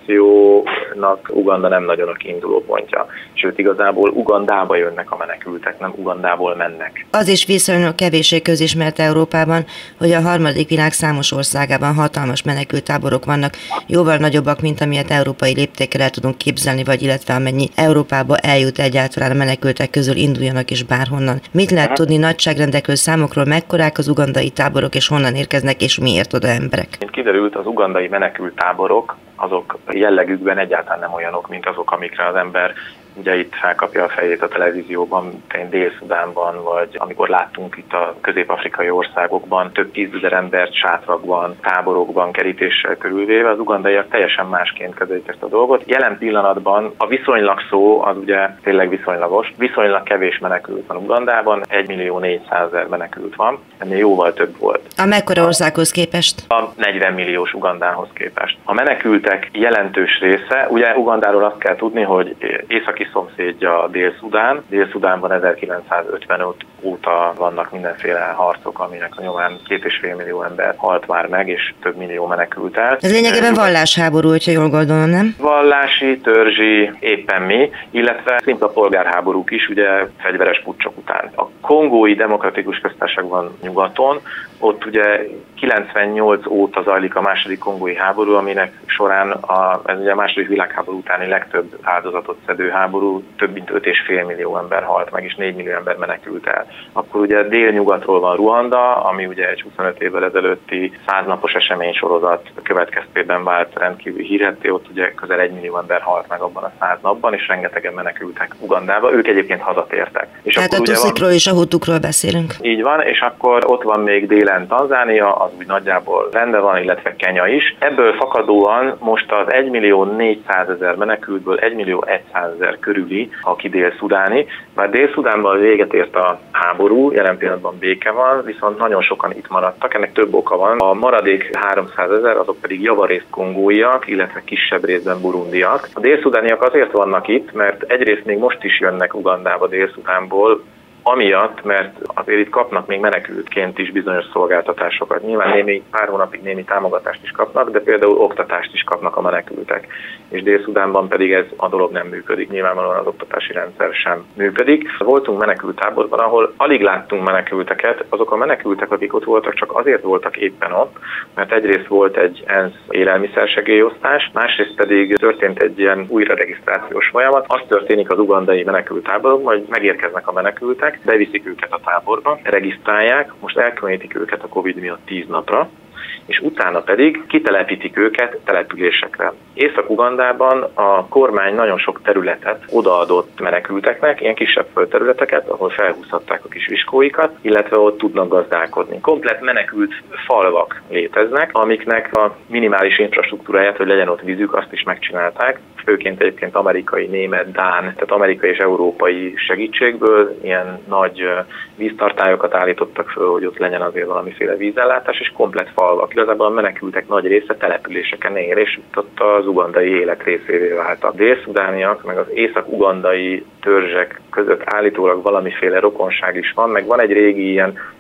migrációnak Uganda nem nagyon a kiinduló pontja. Sőt, igazából Ugandába jönnek a menekültek, nem Ugandából mennek. Az is viszonylag kevéssé közismert Európában, hogy a harmadik világ számos országában hatalmas menekülttáborok vannak, jóval nagyobbak, mint amilyet európai léptékkel el tudunk képzelni, vagy illetve amennyi Európába eljut egyáltalán a menekültek közül, induljanak is bárhonnan. Mit lehet uh-huh. tudni nagyságrendekről, számokról, mekkorák az ugandai táborok, és honnan érkeznek, és miért oda emberek? Kiderült, az ugandai menekülttáborok, azok jellegükben egyáltalán nem olyanok, mint azok, amikre az ember ugye itt felkapja a fejét a televízióban, Dél-Szudánban, vagy amikor láttunk itt a közép-afrikai országokban, több tízezer embert sátrakban, táborokban, kerítéssel körülvéve, az ugandaiak teljesen másként kezelik ezt a dolgot. Jelen pillanatban a viszonylag szó, az ugye tényleg viszonylagos, viszonylag kevés menekült van Ugandában, egy millió négyszázezer menekült van, ennél jóval több volt. A mekkora országhoz képest? A negyven milliós Ugandához képest. A menekültek jelentős része, ugye Ugandáról azt kell tudni, hogy északi szomszédja Dél-Szudán. Dél-Szudánban ezerkilencszázötvenöt óta vannak mindenféle harcok, aminek a nyomán két és fél millió ember halt már meg, és több millió menekült el. Ez lényegében vallásháború, hogyha jól gondolom, nem? Vallási, törzsi, éppen mi, illetve szimpla polgárháborúk is, ugye fegyveres puccsok után. A Kongói Demokratikus Köztársaságban nyugaton, ott ugye kilencvennyolc óta zajlik a második kongói háború, aminek során a, ez ugye a második világháború utáni legtöbb áldozatot szedő háború, több mint öt és fél millió ember halt meg, és négy millió ember menekült el. Akkor ugye délnyugatról van Ruanda, ami ugye egy huszonöt évvel ezelőtti száznapos eseménysorozat következtében vált rendkívül hírhetté, ott ugye közel egy millió ember halt meg abban a száz napban, és rengetegen menekültek Ugandába, ők egyébként hazatértek. És tehát a tuszikról és a hutukról beszélünk. Így van, és akkor ott van még délen Tanzánia, az úgy nagyjából rendben van, illetve Kenya is. Ebből fakadóan most az egy millió négyszázezer menekültből egy millió százezer körüli, aki dél-szudáni. Bár Dél-Szudánban véget ért a háború, jelen pillanatban béke van, viszont nagyon sokan itt maradtak, ennek több oka van. A maradék háromszázezer, azok pedig javarészt kongóiak, illetve kisebb részben burundiak. A dél-szudániak azért vannak itt, mert egyrészt még most is jönnek Ugandába Dél-Szudánból, amiatt, mert azért itt kapnak még menekültként is bizonyos szolgáltatásokat. Nyilván némi, pár hónapig némi támogatást is kapnak, de például oktatást is kapnak a menekültek. És Dél-Szudánban pedig ez a dolog nem működik. Nyilvánvalóan az oktatási rendszer sem működik. Voltunk menekülttáborban, ahol alig láttunk menekülteket. Azok a menekültek, akik ott voltak, csak azért voltak éppen ott, mert egyrészt volt egy ENSZ élelmiszersegélyosztás, másrészt pedig történt egy ilyen újraregisztrációs folyamat. Az történik az ugandai menekülttáborokban, hogy megérkeznek a menekültek, beviszik őket a táborba, regisztrálják, most elkülönítik őket a Covid miatt tíz napra, és utána pedig kitelepítik őket településekre. Észak-Ugandában a kormány nagyon sok területet odaadott menekülteknek, ilyen kisebb földterületeket, ahol felhúzhatták a kis viskóikat, illetve ott tudnak gazdálkodni. Komplett menekült falvak léteznek, amiknek a minimális infrastruktúráját, hogy legyen ott vízük, azt is megcsinálták, főként egyébként amerikai, német, dán, tehát amerikai és európai segítségből ilyen nagy víztartályokat állítottak föl, hogy ott legyen azért valamiféle vízellátás, és komplett falvak. Igazából a menekültek nagy része településeken él, és ott az ugandai élet részévé váltak. Dél-szudániak, meg az észak-ugandai törzsek között állítólag valamiféle rokonság is van, meg van egy régi ilyen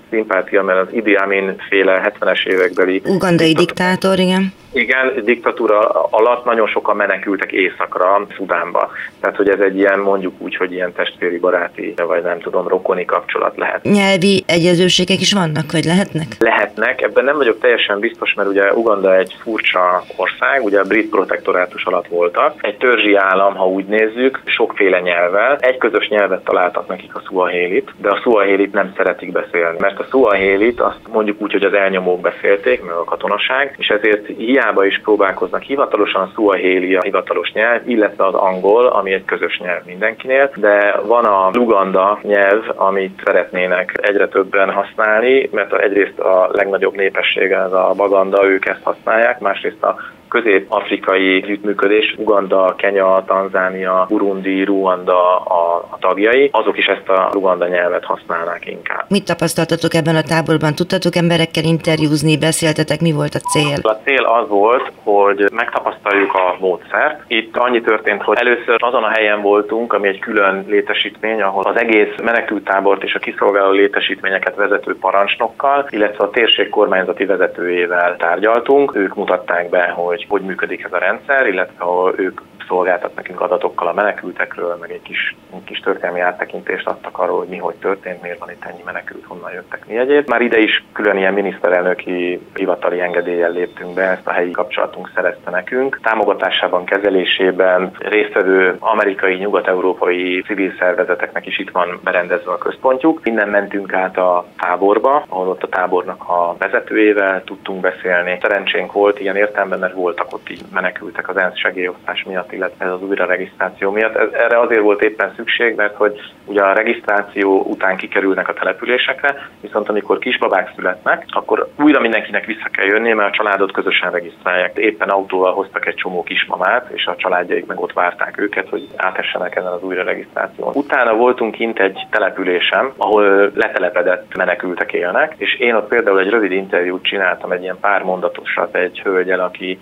szimpátia, mert az Idi Amin féle hetvenes évekbeli ugandai diktátor, igen. Igen, diktatúra alatt nagyon sokan menekültek északra, Szudánba. Tehát, hogy ez egy ilyen, mondjuk úgy, hogy ilyen testvéri baráti, vagy nem tudom, rokoni kapcsolat lehet. Nyelvi egyezőségek is vannak, vagy lehetnek? Lehetnek, ebben nem vagyok teljesen biztos, mert ugye Uganda egy furcsa ország, ugye a brit protektorátus alatt voltak. Egy törzsi állam, ha úgy nézzük, sokféle nyelvvel. Egy közös nyelvet találtak nekik, a szuahélit, de a szuahélit nem szeretik beszélni. Mert a szuahélit azt mondjuk úgy, hogy az elnyomók beszélték, meg a katonaság, és ezért hiába is próbálkoznak hivatalosan, a szuahéli a hivatalos nyelv, illetve az angol, ami egy közös nyelv mindenkinél, de van a luganda nyelv, amit szeretnének egyre többen használni, mert egyrészt a legnagyobb népessége az a baganda, ők ezt használják, másrészt a közép-afrikai együttműködés, Uganda, Kenya, Tanzánia, Burundi, Ruanda a, a tagjai, azok is ezt a luganda nyelvet használnák inkább. Mit tapasztaltatok ebben a táborban? Tudtatok emberekkel interjúzni, beszéltetek, mi volt a cél? A cél az volt, hogy megtapasztaljuk a módszert. Itt annyi történt, hogy először azon a helyen voltunk, ami egy külön létesítmény, ahol az egész menekülttábort és a kiszolgáló létesítményeket vezető parancsnokkal, illetve a térség kormányzati vezetőjével tárgyaltunk. Ők mutatták be, hogy hogy működik ez a rendszer, illetve ahol ők szolgáltat nekünk adatokkal a menekültekről, meg egy kis, egy kis történelmi áttekintést adtak arról, hogy mi hogy történt, miért van itt ennyi menekült, honnan jöttek, mi egyéb. Már ide is külön ilyen miniszterelnöki hivatali engedéllyel léptünk be, ezt a helyi kapcsolatunk szerezte nekünk. Támogatásában, kezelésében résztvevő amerikai, nyugat-európai civil szervezeteknek is itt van berendezve a központjuk. Innen mentünk át a táborba, ahol ott a tábornak a vezetőjével tudtunk beszélni. Szerencsénk volt ilyen értelemben, mert voltak ott így menekültek az ENSZ segélyosztás miatt, illetve ez az újra regisztráció miatt. Ez, erre azért volt éppen szükség, mert hogy ugye a regisztráció után kikerülnek a településekre, viszont amikor kisbabák születnek, akkor újra mindenkinek vissza kell jönni, mert a családot közösen regisztrálják. Éppen autóval hoztak egy csomó kismamát, és a családjaik meg ott várták őket, hogy átessenek ezen az újra regisztráción. Utána voltunk kint egy településen, ahol letelepedett menekültek élnek, és én ott például egy rövid interjút csináltam, egy ilyen pár mondatosat egy hölgyel, aki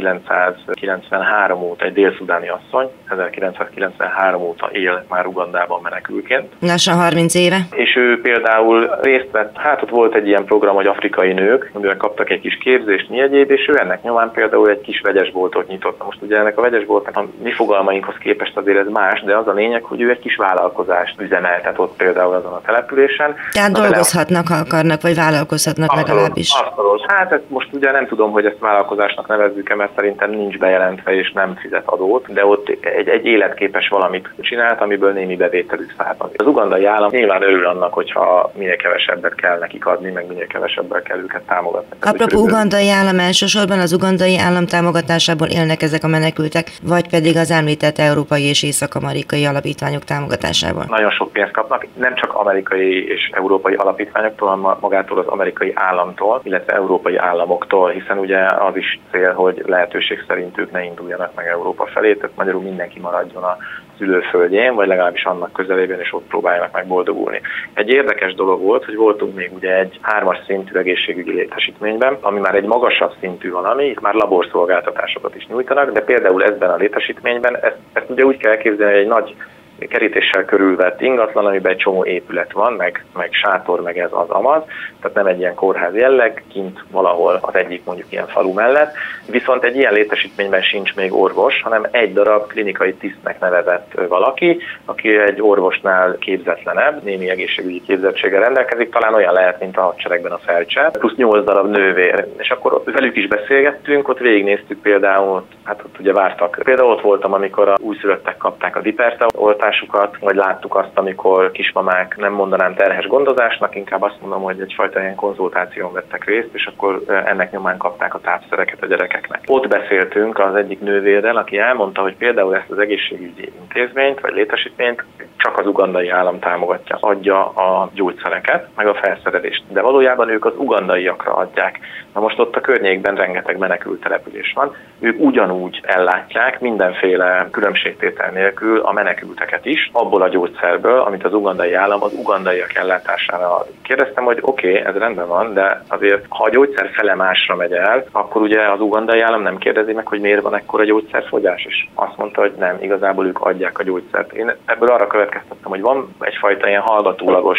ezerkilencszázkilencvenhárom óta egy dél-szudáni asszony, ezerkilencszázkilencvenhárom óta él már Ugandában menekülként. Lassan harminc éve. És ő például részt vett, hát ott volt egy ilyen program, hogy afrikai nők, amivel kaptak egy kis képzést, mi egyéb, és ő ennek nyomán például egy kis vegyesboltot nyitott. Most ugye ennek a vegyesboltnak a mi fogalmainkhoz képest azért ez más, de az a lényeg, hogy ő egy kis vállalkozást üzemeltet ott például azon a településen. Tehát Na, dolgozhatnak, ha akarnak, vagy vállalkozhatnak abszolút, legalábbis. Abszolút. Hát ezt most ugye nem tudom, hogy ezt vállalkozásnak nevezzük-e, mert szerintem nincs bejelentve és nem fizet adót, de ott egy, egy életképes valamit csinált, amiből némi bevételük származik. Az ugandai állam nyilván örül annak, hogyha minél kevesebbet kell nekik adni, meg minél kevesebbet kell őket támogatni. Apropó ugandai állam, elsősorban az ugandai állam támogatásából élnek ezek a menekültek, vagy pedig az említett európai és észak-amerikai alapítványok támogatásából? Nagyon sok pénzt kapnak, nem csak amerikai és európai alapítványoktól, hanem magától az amerikai államtól, illetve európai államoktól, hiszen ugye az is cél, hogy lehetőség szerint ők ne induljanak meg Európa felé, tehát magyarul mindenki maradjon a szülőföldjén, vagy legalábbis annak közelében, és ott próbáljanak meg boldogulni. Egy érdekes dolog volt, hogy voltunk még ugye egy hármas szintű egészségügyi létesítményben, ami már egy magasabb szintű valami, itt már laborszolgáltatásokat is nyújtanak, de például ebben a létesítményben ezt, ezt ugye úgy kell képzelni, hogy egy nagy kerítéssel körülvett ingatlan, amiben egy csomó épület van, meg, meg sátor, meg ez az amaz, tehát nem egy ilyen kórház jelleg, kint valahol az egyik mondjuk ilyen falu mellett, viszont egy ilyen létesítményben sincs még orvos, hanem egy darab klinikai tisztnek nevezett valaki, aki egy orvosnál képzetlenebb, némi egészségügyi képzettséggel rendelkezik, talán olyan lehet, mint a hadseregben a felcser, plusz nyolc darab nővér. És akkor velük is beszélgettünk, ott végignéztük például, hát ott ugye vártak. Például ott voltam, amikor a újszülöttek kapták a diperta oltásukat, vagy láttuk azt, amikor kismamák, nem mondanám terhes gondozásnak, inkább azt mondom, hogy egyfajta ilyen konzultáción vettek részt, és akkor ennek nyomán kapták a tápszereket a gyerekeknek. Ott beszéltünk az egyik nővérrel, aki elmondta, hogy például ezt az egészségügyi intézményt, vagy létesítményt csak az ugandai állam támogatja, adja a gyógyszereket, meg a felszerelést, de valójában ők az ugandaiakra adják. Na most ott a környékben rengeteg menekült település van, ők ugyanúgy ellátják mindenféle különbségtétel nélkül a menekülteket is, abból a gyógyszerből, amit az ugandai állam az ugandaiak ellátására ad. Kérdeztem, hogy oké, okay, ez rendben van, de azért, ha a gyógyszer fele másra megy el, akkor ugye az ugandai állam nem kérdezi meg, hogy miért van ekkora gyógyszerfogyás, és azt mondta, hogy nem, igazából ők adják a gyógyszert. Én ebből arra következtettem, hogy van egyfajta ilyen hallgatólagos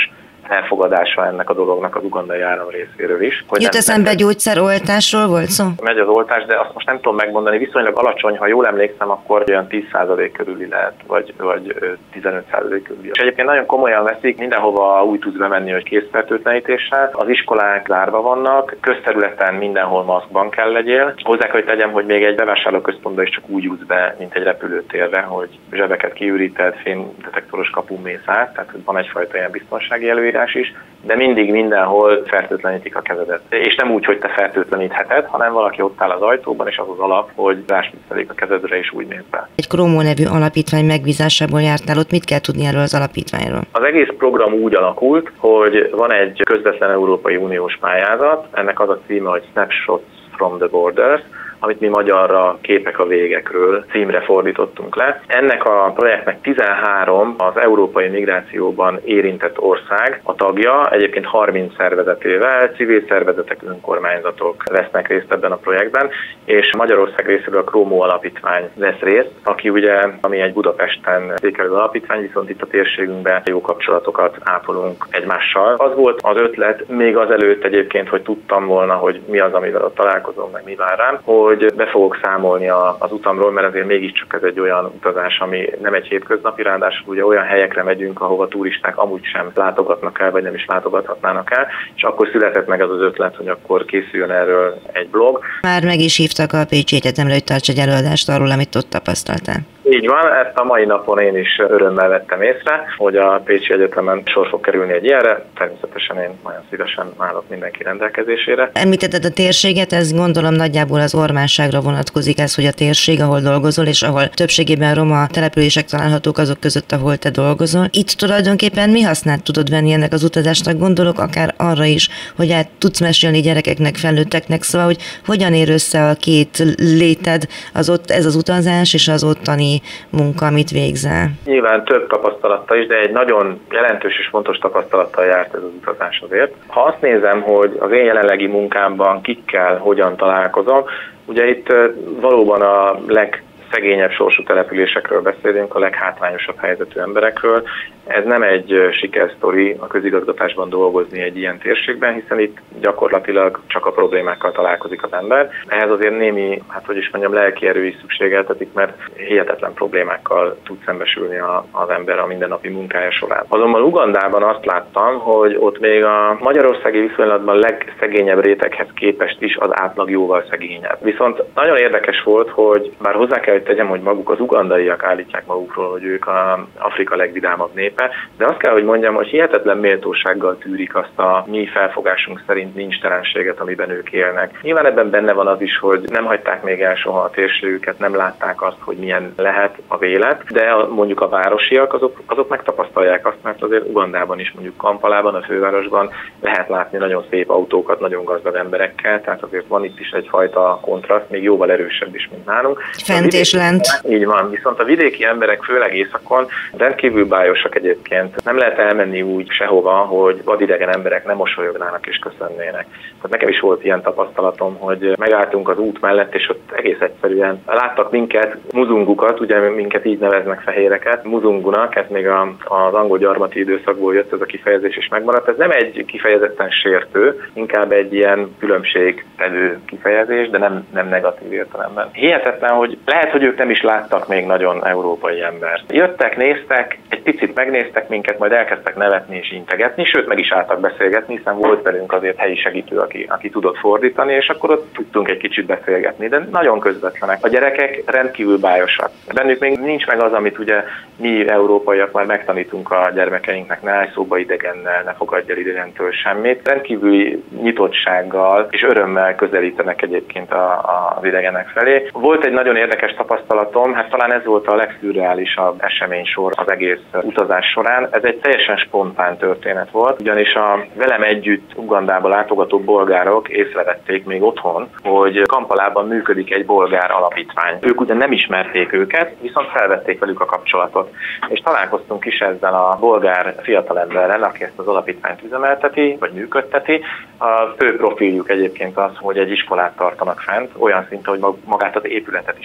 elfogadása ennek a dolognak az ugandai állam részéről is. Jut eszembe, gyógyszeroltásról volt szó? Megy az oltás, de azt most nem tudom megmondani, viszonylag alacsony, ha jól emlékszem, akkor olyan tíz százalék körüli lehet, vagy, vagy tizenöt százalék körüli. És egyébként nagyon komolyan veszik, mindenhova úgy tudsz bemenni, hogy készfertőtlenítéssel. Az iskolák zárva vannak, közterületen mindenhol maszkban kell legyél. Hozzá kell, hogy tegyem, hogy még egy bevásárlóközpontba is csak úgy jutsz be, mint egy repülőtérre, hogy zsebeket kiüríted, fémdetektoros kapun mész át, tehát van egyfajta ilyen biztonsági előírás is, de mindig mindenhol fertőtlenítik a kezedet. És nem úgy, hogy te fertőtlenítheted, hanem valaki ott áll az ajtóban, és az az alap, hogy rásmiccelik a kezedre, és úgy mész be. Egy Chromo nevű alapítvány megbízásából jártál, ott mit kell tudni erről az alapítványról? Az egész program úgy alakult, hogy van egy közvetlen Európai Uniós pályázat, ennek az a címe, hogy Snapshots from the Borders, amit mi magyarra Képek a végekről címre fordítottunk le. Ennek a projektnek tizenhárom az európai migrációban érintett ország a tagja, egyébként harminc szervezetével, civil szervezetek, önkormányzatok vesznek részt ebben a projektben, és Magyarország részéről a Chromo alapítvány vesz részt, aki ugye, ami egy Budapesten székelő alapítvány, viszont itt a térségünkben jó kapcsolatokat ápolunk egymással. Az volt az ötlet, még azelőtt egyébként, hogy tudtam volna, hogy mi az, amivel ott találkozom, meg mi vár rám, hogy be fogok számolni a, az utamról, mert azért mégiscsak ez egy olyan utazás, ami nem egy hétköznapi, ráadásul ugye olyan helyekre megyünk, ahova turisták amúgy sem látogatnak el, vagy nem is látogathatnának el, és akkor született meg az az ötlet, hogy akkor készüljön erről egy blog. Már meg is hívtak a Pécsi Egyetemre, hogy tarts egy előadást arról, amit ott tapasztaltál. Így van, ezt a mai napon én is örömmel vettem észre, hogy a Pécsi Egyetemen sor fog kerülni egy ilyenre. Természetesen én nagyon szívesen állok mindenki rendelkezésére. Említetted a térséget, ez gondolom nagyjából az ormánságra vonatkozik ez, hogy a térség, ahol dolgozol, és ahol többségében roma települések találhatók azok között, ahol te dolgozol. Itt tulajdonképpen mi hasznát tudod venni ennek az utazásnak? Gondolok akár arra is, hogy át tudsz mesélni gyerekeknek, felnőtteknek, szóval, hogy hogyan ér össze a két léted, az ott, ez az utazás és az ottani munka, amit végzel? Nyilván több tapasztalattal is, de egy nagyon jelentős és fontos tapasztalattal járt ez az utazás azért. Ha azt nézem, hogy az én jelenlegi munkámban kikkel hogyan találkozom, ugye itt valóban a legszegényebb sorsú településekről beszélünk, a leghátrányosabb helyzetű emberekről. Ez nem egy sikersztori a közigazgatásban dolgozni egy ilyen térségben, hiszen itt gyakorlatilag csak a problémákkal találkozik az ember. Ehhez azért némi, hát hogy is mondjam, lelki erő is szükségeltetik, mert hihetetlen problémákkal tud szembesülni az ember a mindennapi munkája során. Azonban Ugandában azt láttam, hogy ott még a magyarországi viszonylatban legszegényebb réteghez képest is az átlag jóval szegényebb. Viszont nagyon érdekes volt, hogy bár hozzá kell, hogy tegyem, hogy maguk az ugandaiak állítják magukról, hogy ők az Afrika legvidámabb nép, de azt kell, hogy mondjam, hogy hihetetlen méltósággal tűrik azt a mi felfogásunk szerint nincstelenséget, amiben ők élnek. Nyilván ebben benne van az is, hogy nem hagyták még el soha a térségüket, nem látták azt, hogy milyen lehet az élet, de mondjuk a városiak azok, azok megtapasztalják azt, mert azért Ugandában is, mondjuk Kampalában, a fővárosban lehet látni nagyon szép autókat, nagyon gazdag emberekkel, tehát azért van itt is egyfajta kontraszt, még jóval erősebb is, mint nálunk. Fent és lent. Így van, viszont a vidéki emberek, főleg északon rendkívül bájosak egyébként. Nem lehet elmenni úgy sehova, hogy vadidegen emberek nem mosolyognának és köszönnének. Tehát nekem is volt ilyen tapasztalatom, hogy megálltunk az út mellett, és ott egész egyszerűen láttak minket, muzungukat, ugye minket így neveznek fehéreket, muzungunak, ez még a, az angol gyarmati időszakból jött ez a kifejezés is megmaradt. Ez nem egy kifejezetten sértő, inkább egy ilyen különbségtevő kifejezés, de nem, nem negatív értelemben. Hihetetlen, hogy lehet, hogy ők nem is láttak még nagyon európai embert. Jöttek, néztek, egy picit megnéztek minket, majd elkezdtek nevetni és integetni, sőt meg is álltak beszélgetni, hiszen volt velünk azért helyi segítő, aki, aki tudott fordítani, és akkor ott tudtunk egy kicsit beszélgetni, de nagyon közvetlenek. A gyerekek rendkívül bájosak. Bennük még nincs meg az, amit ugye mi európaiak már megtanítunk a gyermekeinknek, ne állj szóba idegennel, ne fogadj el idegentől semmit. Rendkívüli nyitottsággal és örömmel közelítenek egyébként a, a, az idegenek felé. Volt egy nagyon érdekes tapasztalatom, hát talán ez volt a legszürreálisabb eseménysor az egész utazás során. Ez egy teljesen spontán történet volt, ugyanis a velem együtt Ugandába látogató bolgárok észrevették még otthon, hogy Kampalában működik egy bolgár alapítvány. Ők ugye nem ismerték őket, viszont felvették velük a kapcsolatot. És találkoztunk is ezzel a bolgár fiatalemberrel, aki ezt az alapítványt üzemelteti, vagy működteti. A fő profiljuk egyébként az, hogy egy iskolát tartanak fent, olyan szinte, hogy magát az épületet is megvették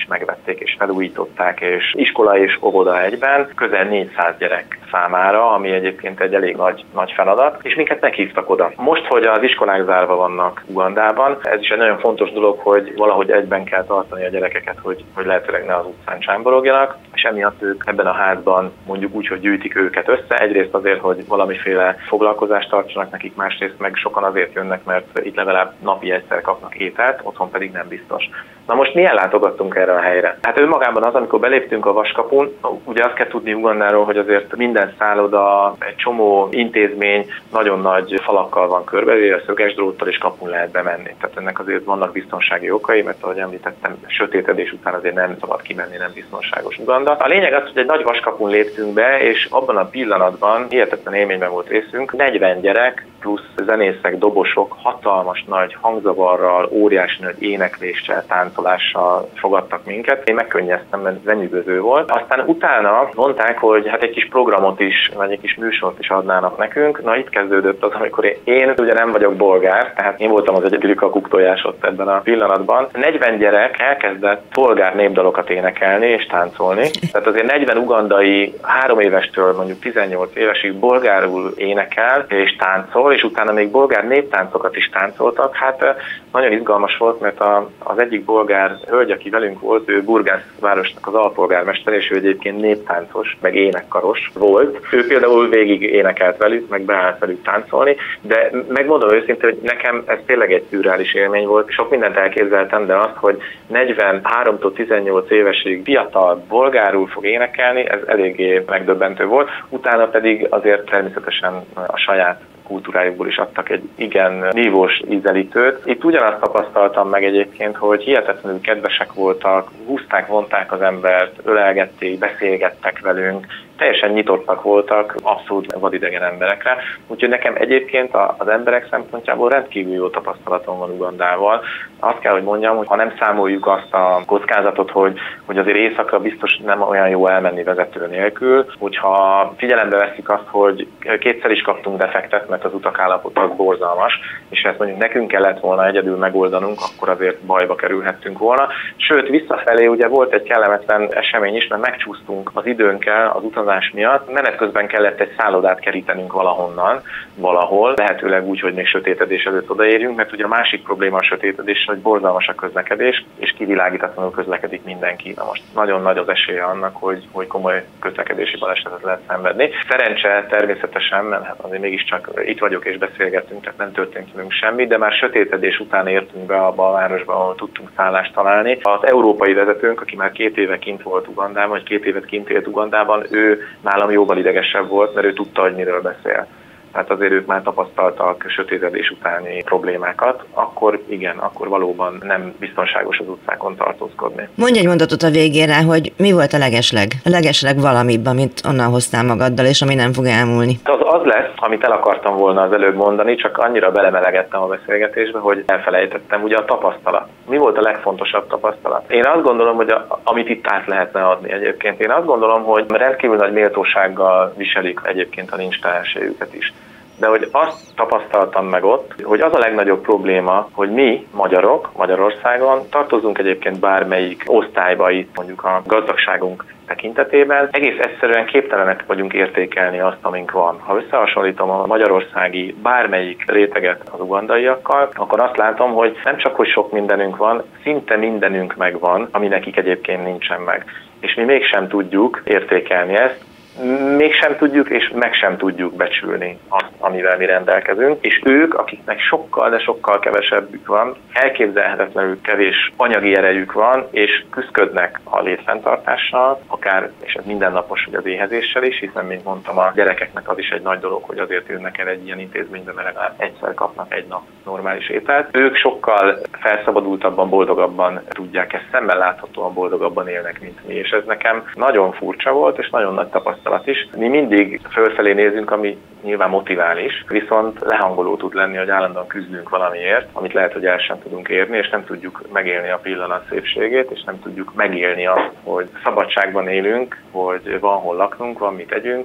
építették és felújították, és iskola és óvoda egyben, közel négyszáz gyerek számára, ami egyébként egy elég nagy, nagy feladat, és minket meghívtak oda. Most, hogy az iskolák zárva vannak Ugandában, ez is egy nagyon fontos dolog, hogy valahogy egyben kell tartani a gyerekeket, hogy, hogy lehetőleg ne az utcán csámborogjanak, és emiatt ők ebben a házban mondjuk úgy, hogy gyűjtik őket össze. Egyrészt azért, hogy valamiféle foglalkozást tartsanak nekik, másrészt meg sokan azért jönnek, mert itt legalább napi egyszer kapnak ételt, otthon pedig nem biztos. Na most milyen látogattunk erre a helyre? Hát önmagában az, amikor beléptünk a Vaskapun, ugye azt kell tudni Ugandáról, hogy azért minden szálloda, egy csomó intézmény nagyon nagy falakkal van körbevéve, szöges dróttal és kapun lehet bemenni. Tehát ennek azért vannak biztonsági okai, mert ahogy említettem, sötétedés után azért nem szabad kimenni, nem biztonságos Uganda. A lényeg az, hogy egy nagy Vaskapun léptünk be, és abban a pillanatban hihetetlen élményben volt részünk, negyven gyerek plusz zenészek, dobosok, hatalmas nagy hangzavarral, óriási nagy énekléssel, táncolással fogadtak minket. Én megkönnyeztem, mert zenyűgöző volt. Aztán utána mondták, hogy hát egy kis programot is, vagy egy kis műsort is adnának nekünk. Na itt kezdődött az, amikor én, én ugye nem vagyok bolgár, tehát én voltam az egyedüli kakuktojás ott ebben a pillanatban. negyven gyerek elkezdett bolgár népdalokat énekelni és táncolni. Tehát azért negyven ugandai három évestől mondjuk tizennyolc évesig bolgárul énekel és táncol, és utána még bolgár néptáncokat is táncoltak. Hát nagyon izgalmas volt, mert a, az egyik bolgár hölgy, aki velünk volt, ő Burgász városnak az alpolgármester, és ő egyébként néptáncos, meg énekkaros volt. Ő például végig énekelt velük, meg beállt velük táncolni, de megmondom őszintén, hogy nekem ez tényleg egy szürreális élmény volt. Sok mindent elképzeltem, de azt, hogy negyvenháromtól tizennyolc évesig fiatal bolgárul fog énekelni, ez eléggé megdöbbentő volt. Utána pedig azért természetesen a saját kultúrájukból is adtak egy igen nívós ízelítőt. Itt ugyanazt tapasztaltam meg egyébként, hogy hihetetlenül kedvesek voltak, húzták, vonták az embert, ölelgették, beszélgettek velünk, teljesen nyitottak voltak, abszolút vadidegen emberekre. Úgyhogy nekem egyébként az emberek szempontjából rendkívül jó tapasztalatom van Ugandával. Azt kell, hogy mondjam, hogy ha nem számoljuk azt a kockázatot, hogy, hogy azért éjszakra biztos nem olyan jó elmenni vezető nélkül, hogyha figyelembe veszik azt, hogy kétszer is kaptunk defektet, mert az utak állapota az borzalmas, és ezt mondjuk nekünk kellett volna egyedül megoldanunk, akkor azért bajba kerülhettünk volna. Sőt, visszafelé ugye volt egy kellemetlen esemény is, mert megcsúsztunk az időnkkel az utazás miatt. Menet közben kellett egy szállodát kerítenünk valahonnan, valahol, lehetőleg úgy, hogy még sötétedés előtt odaérjünk, mert ugye a másik probléma a sötétedés, hogy borzalmas a közlekedés, és kivilágítatlanul közlekedik mindenki. Na most nagyon nagy az esélye annak, hogy, hogy komoly közlekedési balesetet lehet szenvedni. Szerencse természetesen, mert hát azért mégiscsak itt vagyok és beszélgetünk, tehát nem történt velünk semmi, de már sötétedés után értünk be abba a városba, ahol tudtunk szállást találni. Az európai vezetőnk, aki már két éve kint volt Ugandában, vagy két évet kint élt Ugandában, ő nálam jóval idegesebb volt, mert ő tudta, hogy miről beszél. Tehát azért ők már tapasztaltak sötétedés utáni problémákat, akkor igen, akkor valóban nem biztonságos az utcákon tartózkodni. Mondj egy mondatot a végére, hogy mi volt a legesleg? A legesleg valamibb, amit onnan hoztál magaddal, és ami nem fog elmúlni. Az az lesz, amit el akartam volna az előbb mondani, csak annyira belemelegettem a beszélgetésbe, hogy elfelejtettem, ugye a tapasztalat. Mi volt a legfontosabb tapasztalat? Én azt gondolom, hogy a, amit itt át lehetne adni egyébként. Én azt gondolom, hogy rendkívül nagy méltósággal viselik egyébként a nincs teherségüket is. De hogy azt tapasztaltam meg ott, hogy az a legnagyobb probléma, hogy mi, magyarok, Magyarországon tartozunk egyébként bármelyik osztályba itt, mondjuk a gazdagságunk tekintetében, egész egyszerűen képtelenek vagyunk értékelni azt, amink van. Ha összehasonlítom a magyarországi bármelyik réteget az ugandaiakkal, akkor azt látom, hogy nem csak, hogy sok mindenünk van, szinte mindenünk megvan, ami nekik egyébként nincsen meg. És mi mégsem tudjuk értékelni ezt, mégsem tudjuk, és meg sem tudjuk becsülni azt, amivel mi rendelkezünk, és ők, akiknek sokkal, de sokkal kevesebbük van, elképzelhetetlenül kevés anyagi erejük van, és küszködnek a létfenntartással, akár, és ez mindennapos, hogy az éhezéssel is, hiszen, mint mondtam, a gyerekeknek az is egy nagy dolog, hogy azért jönnek el egy ilyen intézménybe, mert legalább egyszer kapnak egy nap normális ételt. Ők sokkal felszabadultabban, boldogabban tudják, ezt szemmel láthatóan boldogabban élnek, mint mi, és ez nekem nagyon furcsa volt, és nagyon nagy tapasztalat is. Mi mindig fölfelé nézünk, ami nyilván motivál is, viszont lehangoló tud lenni, hogy állandóan küzdünk valamiért, amit lehet, hogy el sem tudunk érni, és nem tudjuk megélni a pillanat szépségét, és nem tudjuk megélni azt, hogy szabadságban élünk, hogy van hol laknunk, van mit tegyünk,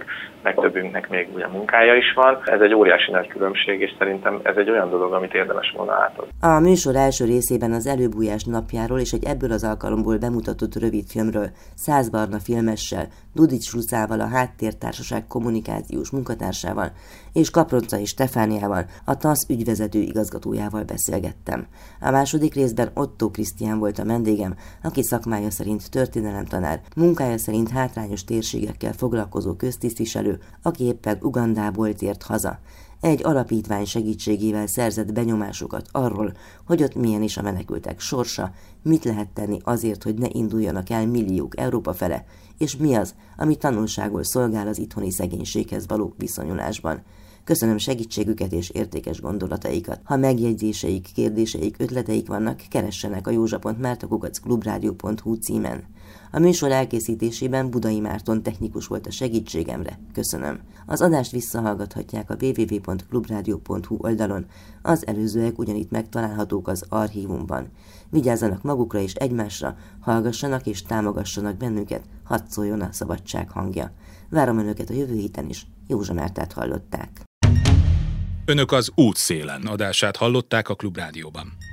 legtöbbünknek még ugye munkája is van. Ez egy óriási nagy különbség, és szerintem ez egy olyan dolog, amit érdemes volna átadni. A műsor első részében az előbújás napjáról és egy ebből az alkalomból bemutatott rövidfilmről, Szász Barna filmessel, Dudics Lucával, a Háttértársaság kommunikációs munkatársával és Kaproncai Stefániával, a TASZ ügyvezető igazgatójával beszélgettem. A második részben Otto Krisztián volt a vendégem, aki szakmája szerint történelemtanár, munkája szerint hátrányos térségekkel foglalkozó köztisztviselő, aki éppen Ugandából tért haza. Egy alapítvány segítségével szerzett benyomásokat arról, hogy ott milyen is a menekültek sorsa, mit lehet tenni azért, hogy ne induljanak el milliók Európa fele, és mi az, ami tanulságul szolgál az itthoni szegénységhez való viszonyulásban. Köszönöm segítségüket és értékes gondolataikat. Ha megjegyzéseik, kérdéseik, ötleteik vannak, keressenek a józsa pont márta kukac klubrádió pont hu címen. A műsor elkészítésében Budai Márton technikus volt a segítségemre. Köszönöm. Az adást visszahallgathatják a double-u double-u double-u pont klubrádió pont hu oldalon, az előzőek ugyanitt megtalálhatók az archívumban. Vigyázzanak magukra és egymásra, hallgassanak és támogassanak bennünket, hadd szóljon a szabadság hangja. Várom Önöket a jövő héten is. Józsa Mártát hallották. Önök az Útszélen adását hallották a Klubrádióban.